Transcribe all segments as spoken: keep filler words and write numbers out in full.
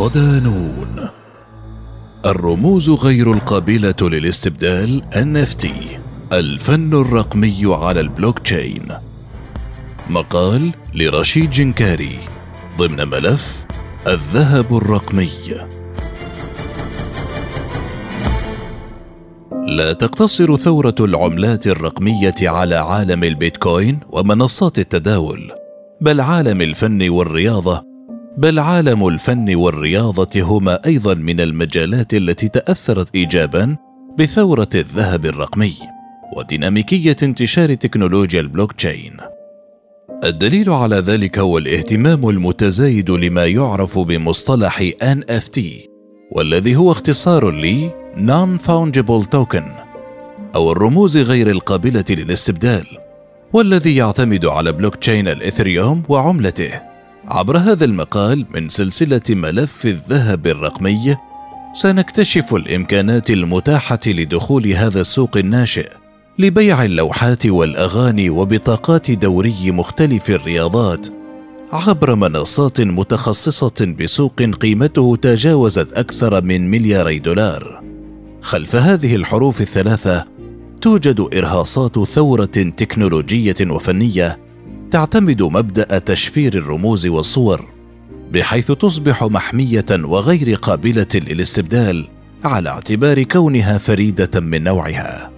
ودانون. الرموز غير القابلة للاستبدال إن إف تي، الفن الرقمي على البلوكتشين. مقال لرشيد جنكاري ضمن ملف الذهب الرقمي. لا تقتصر ثورة العملات الرقمية على عالم البيتكوين ومنصات التداول، بل عالم الفن والرياضة بل عالم الفن والرياضة هما أيضا من المجالات التي تأثرت إيجابا بثورة الذهب الرقمي وديناميكية انتشار تكنولوجيا البلوكتشين. الدليل على ذلك هو الاهتمام المتزايد لما يعرف بمصطلح إن إف تي، والذي هو اختصار ل Non-Fungible Token أو الرموز غير القابلة للاستبدال، والذي يعتمد على بلوكتشين الإثريوم وعملته. عبر هذا المقال من سلسلة ملف الذهب الرقمي سنكتشف الإمكانات المتاحة لدخول هذا السوق الناشئ لبيع اللوحات والأغاني وبطاقات دوري مختلف الرياضات عبر منصات متخصصة بسوق قيمته تجاوزت أكثر من ملياري دولار. خلف هذه الحروف الثلاثة توجد إرهاصات ثورة تكنولوجية وفنية تعتمد مبدأ تشفير الرموز والصور، بحيث تصبح محمية وغير قابلة للاستبدال على اعتبار كونها فريدة من نوعها.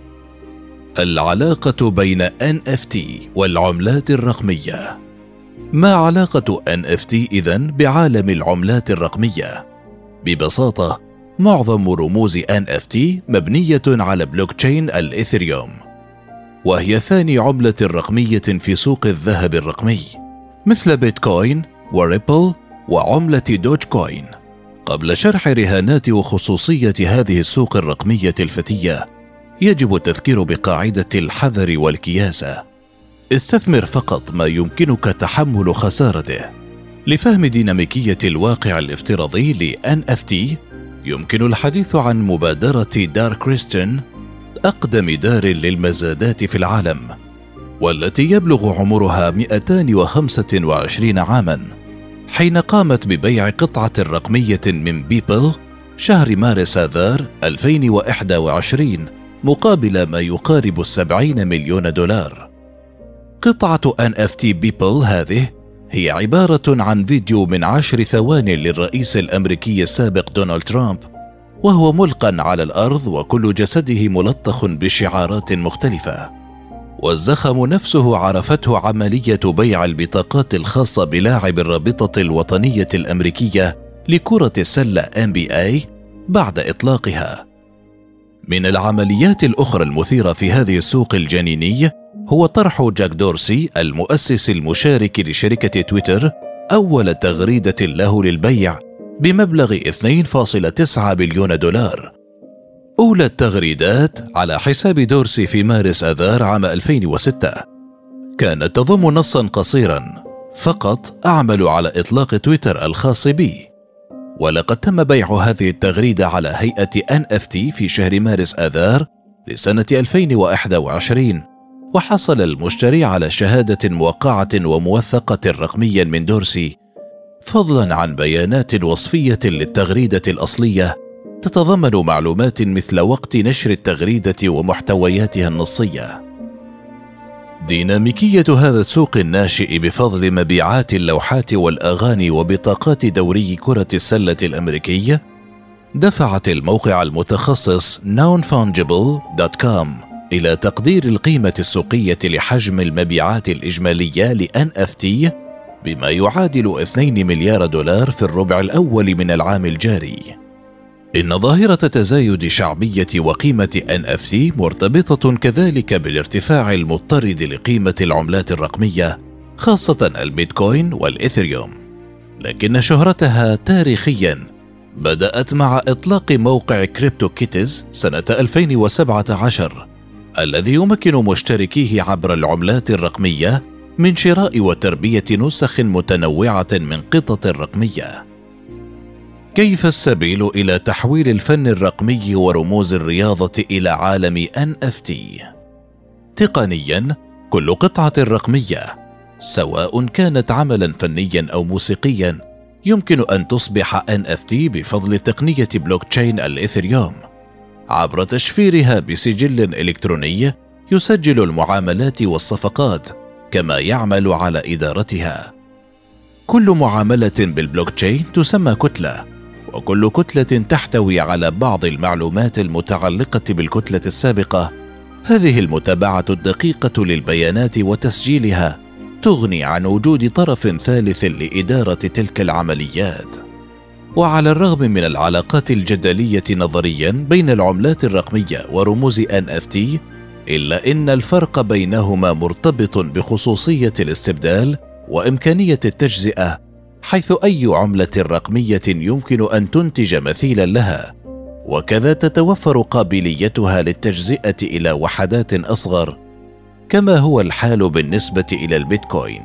العلاقة بين إن إف تي والعملات الرقمية. ما علاقة إن إف تي إذن بعالم العملات الرقمية؟ ببساطة، معظم رموز إن إف تي مبنية على بلوكتشين الإثريوم، وهي ثاني عملة رقمية في سوق الذهب الرقمي مثل بيتكوين وريبل وعملة دوج كوين. قبل شرح رهانات وخصوصية هذه السوق الرقمية الفتية، يجب التذكير بقاعدة الحذر والكياسة. استثمر فقط ما يمكنك تحمل خسارته. لفهم ديناميكية الواقع الافتراضي ل إن إف تي يمكن الحديث عن مبادرة دار كريستن، أقدم دار للمزادات في العالم، والتي يبلغ عمرها مئتين وخمسة وعشرين عاما، حين قامت ببيع قطعة رقمية من بيبل شهر مارس آذار ألفين وإحدى وعشرين مقابل ما يقارب السبعين مليون دولار. قطعة إن إف تي بيبل هذه هي عبارة عن فيديو من عشر ثوان للرئيس الأمريكي السابق دونالد ترامب، وهو ملقى على الأرض وكل جسده ملطخ بشعارات مختلفة. والزخم نفسه عرفته عملية بيع البطاقات الخاصة بلاعب الرابطة الوطنية الأمريكية لكرة السلة إن بي إيه بعد إطلاقها. من العمليات الأخرى المثيرة في هذه السوق الجنيني هو طرح جاك دورسي المؤسس المشارك لشركة تويتر أول تغريدة له للبيع بمبلغ اثنين فاصلة تسعة بليون دولار. أولى التغريدات على حساب دورسي في مارس آذار عام ألفين وستة كانت تضم نصا قصيرا: فقط أعمل على إطلاق تويتر الخاص بي. ولقد تم بيع هذه التغريدة على هيئة إن إف تي في شهر مارس آذار لسنة ألفين وإحدى وعشرين، وحصل المشتري على شهادة موقعة وموثقة رقميا من دورسي، فضلا عن بيانات وصفية للتغريدة الأصلية تتضمن معلومات مثل وقت نشر التغريدة ومحتوياتها النصية. ديناميكية هذا السوق الناشئ بفضل مبيعات اللوحات والأغاني وبطاقات دوري كرة السلة الأمريكية دفعت الموقع المتخصص نون فانجبل دوت كوم إلى تقدير القيمة السوقية لحجم المبيعات الإجمالية ل إن إف تي بما يعادل اثنين مليار دولار في الربع الأول من العام الجاري. إن ظاهرة تزايد شعبية وقيمة إن إف تي مرتبطة كذلك بالارتفاع المضطرد لقيمة العملات الرقمية، خاصة البيتكوين والإثريوم، لكن شهرتها تاريخيا بدأت مع إطلاق موقع كريبتو كيتيز سنة ألفين وسبعة عشر، الذي يمكن مشتركيه عبر العملات الرقمية من شراء وتربية نسخ متنوعة من قطط رقمية. كيف السبيل إلى تحويل الفن الرقمي ورموز الرياضة إلى عالم إن إف تي؟ تقنياً، كل قطعة رقمية سواء كانت عملاً فنياً أو موسيقياً يمكن أن تصبح إن إف تي بفضل تقنية بلوك تشين الإيثريوم عبر تشفيرها بسجل إلكتروني يسجل المعاملات والصفقات كما يعمل على إدارتها. كل معاملة بالبلوك تشين تسمى كتلة، وكل كتلة تحتوي على بعض المعلومات المتعلقة بالكتلة السابقة. هذه المتابعة الدقيقة للبيانات وتسجيلها تغني عن وجود طرف ثالث لإدارة تلك العمليات. وعلى الرغم من العلاقات الجدلية نظريا بين العملات الرقمية ورموز إن إف تي، إلا إن الفرق بينهما مرتبط بخصوصية الاستبدال وإمكانية التجزئة، حيث أي عملة رقمية يمكن أن تنتج مثيلا لها، وكذا تتوفر قابليتها للتجزئة إلى وحدات أصغر، كما هو الحال بالنسبة إلى البيتكوين.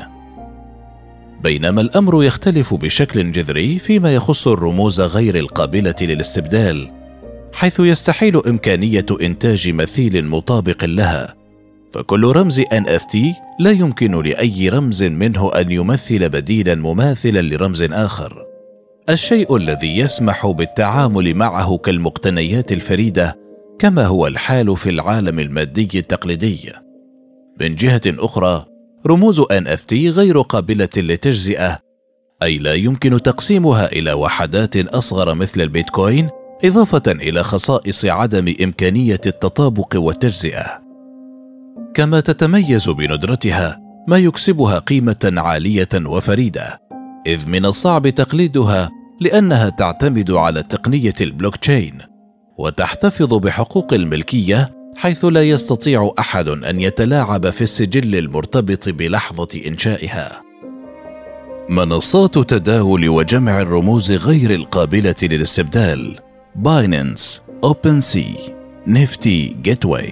بينما الأمر يختلف بشكل جذري فيما يخص الرموز غير القابلة للاستبدال، حيث يستحيل إمكانية إنتاج مثيل مطابق لها، فكل رمز إن إف تي لا يمكن لأي رمز منه أن يمثل بديلا مماثلا لرمز آخر. الشيء الذي يسمح بالتعامل معه كالمقتنيات الفريدة، كما هو الحال في العالم المادي التقليدي. من جهة أخرى، رموز إن إف تي غير قابلة للتجزئة، أي لا يمكن تقسيمها إلى وحدات أصغر مثل البيتكوين، إضافة إلى خصائص عدم إمكانية التطابق والتجزئة. كما تتميز بندرتها، ما يكسبها قيمة عالية وفريدة، إذ من الصعب تقليدها لأنها تعتمد على تقنية البلوك تشين وتحتفظ بحقوق الملكية، حيث لا يستطيع أحد أن يتلاعب في السجل المرتبط بلحظة إنشائها. منصات تداول وجمع الرموز غير القابلة للاستبدال: باينانس، أوبن سي، نيفتي جيتواي.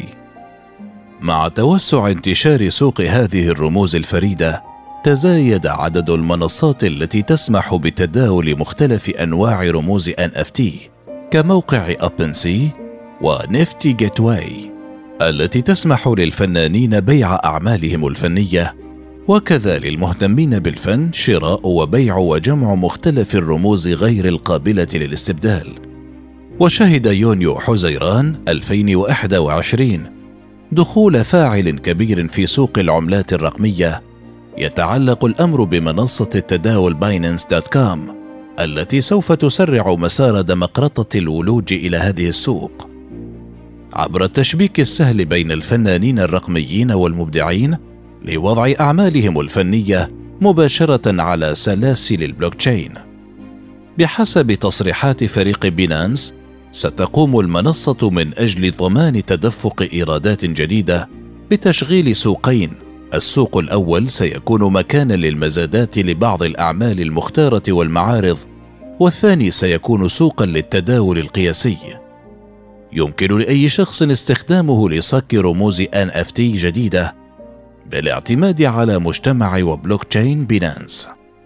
مع توسع انتشار سوق هذه الرموز الفريدة، تزايد عدد المنصات التي تسمح بتداول مختلف أنواع رموز إن إف تي، كموقع أوبن سي ونيفتي جيتواي، التي تسمح للفنانين بيع أعمالهم الفنية، وكذا للمهتمين بالفن شراء وبيع وجمع مختلف الرموز غير القابلة للاستبدال. وشهد يونيو حزيران ألفين وواحد وعشرين دخول فاعل كبير في سوق العملات الرقمية. يتعلق الأمر بمنصة التداول باينانس دوت كوم، التي سوف تسرع مسار دمقرطة الولوج إلى هذه السوق عبر التشبيك السهل بين الفنانين الرقميين والمبدعين لوضع أعمالهم الفنية مباشرة على سلاسل البلوك تشين. بحسب تصريحات فريق بينانس، ستقوم المنصة من أجل ضمان تدفق إيرادات جديدة بتشغيل سوقين. السوق الأول سيكون مكانا للمزادات لبعض الأعمال المختارة والمعارض، والثاني سيكون سوقا للتداول القياسي. يمكن لأي شخص استخدامه لصك رموز إن إف تي جديدة بالاعتماد على مجتمع وبلوك تشين بينانس.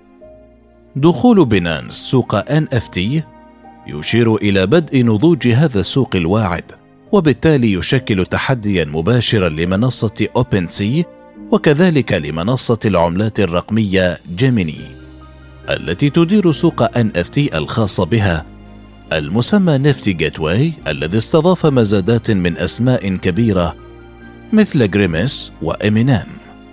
دخول بينانس سوق إن إف تي يشير إلى بدء نضوج هذا السوق الواعد، وبالتالي يشكل تحديا مباشرا لمنصة أوبن سي وكذلك لمنصة العملات الرقمية جيميني، التي تدير سوق إن إف تي الخاص بها المسمى نيفتي جيتواي، الذي استضاف مزادات من أسماء كبيرة مثل جريمس وإمينام.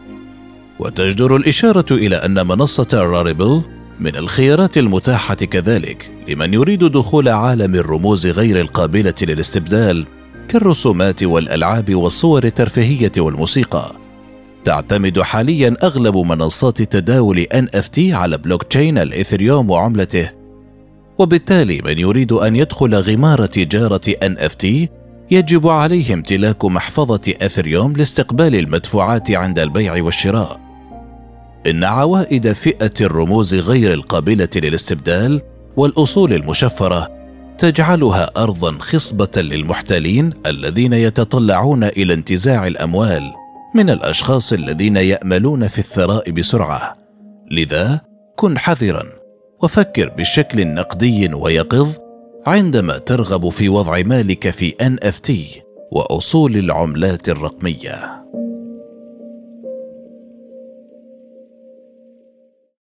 وتجدر الإشارة إلى أن منصة راريبل من الخيارات المتاحة كذلك لمن يريد دخول عالم الرموز غير القابلة للاستبدال، كالرسومات والألعاب والصور الترفيهية والموسيقى. تعتمد حاليا أغلب منصات تداول إن إف تي على بلوك تشين الإيثريوم وعملته، وبالتالي من يريد أن يدخل غمار تجارة إن إف تي يجب عليه امتلاك محفظة إيثريوم لاستقبال المدفوعات عند البيع والشراء. إن عوائد فئة الرموز غير القابلة للاستبدال والأصول المشفرة تجعلها أرضا خصبة للمحتالين الذين يتطلعون إلى انتزاع الأموال من الأشخاص الذين يأملون في الثراء بسرعة. لذا كن حذرا وفكر بشكل نقدي ويقظ عندما ترغب في وضع مالك في إن إف تي وأصول العملات الرقمية.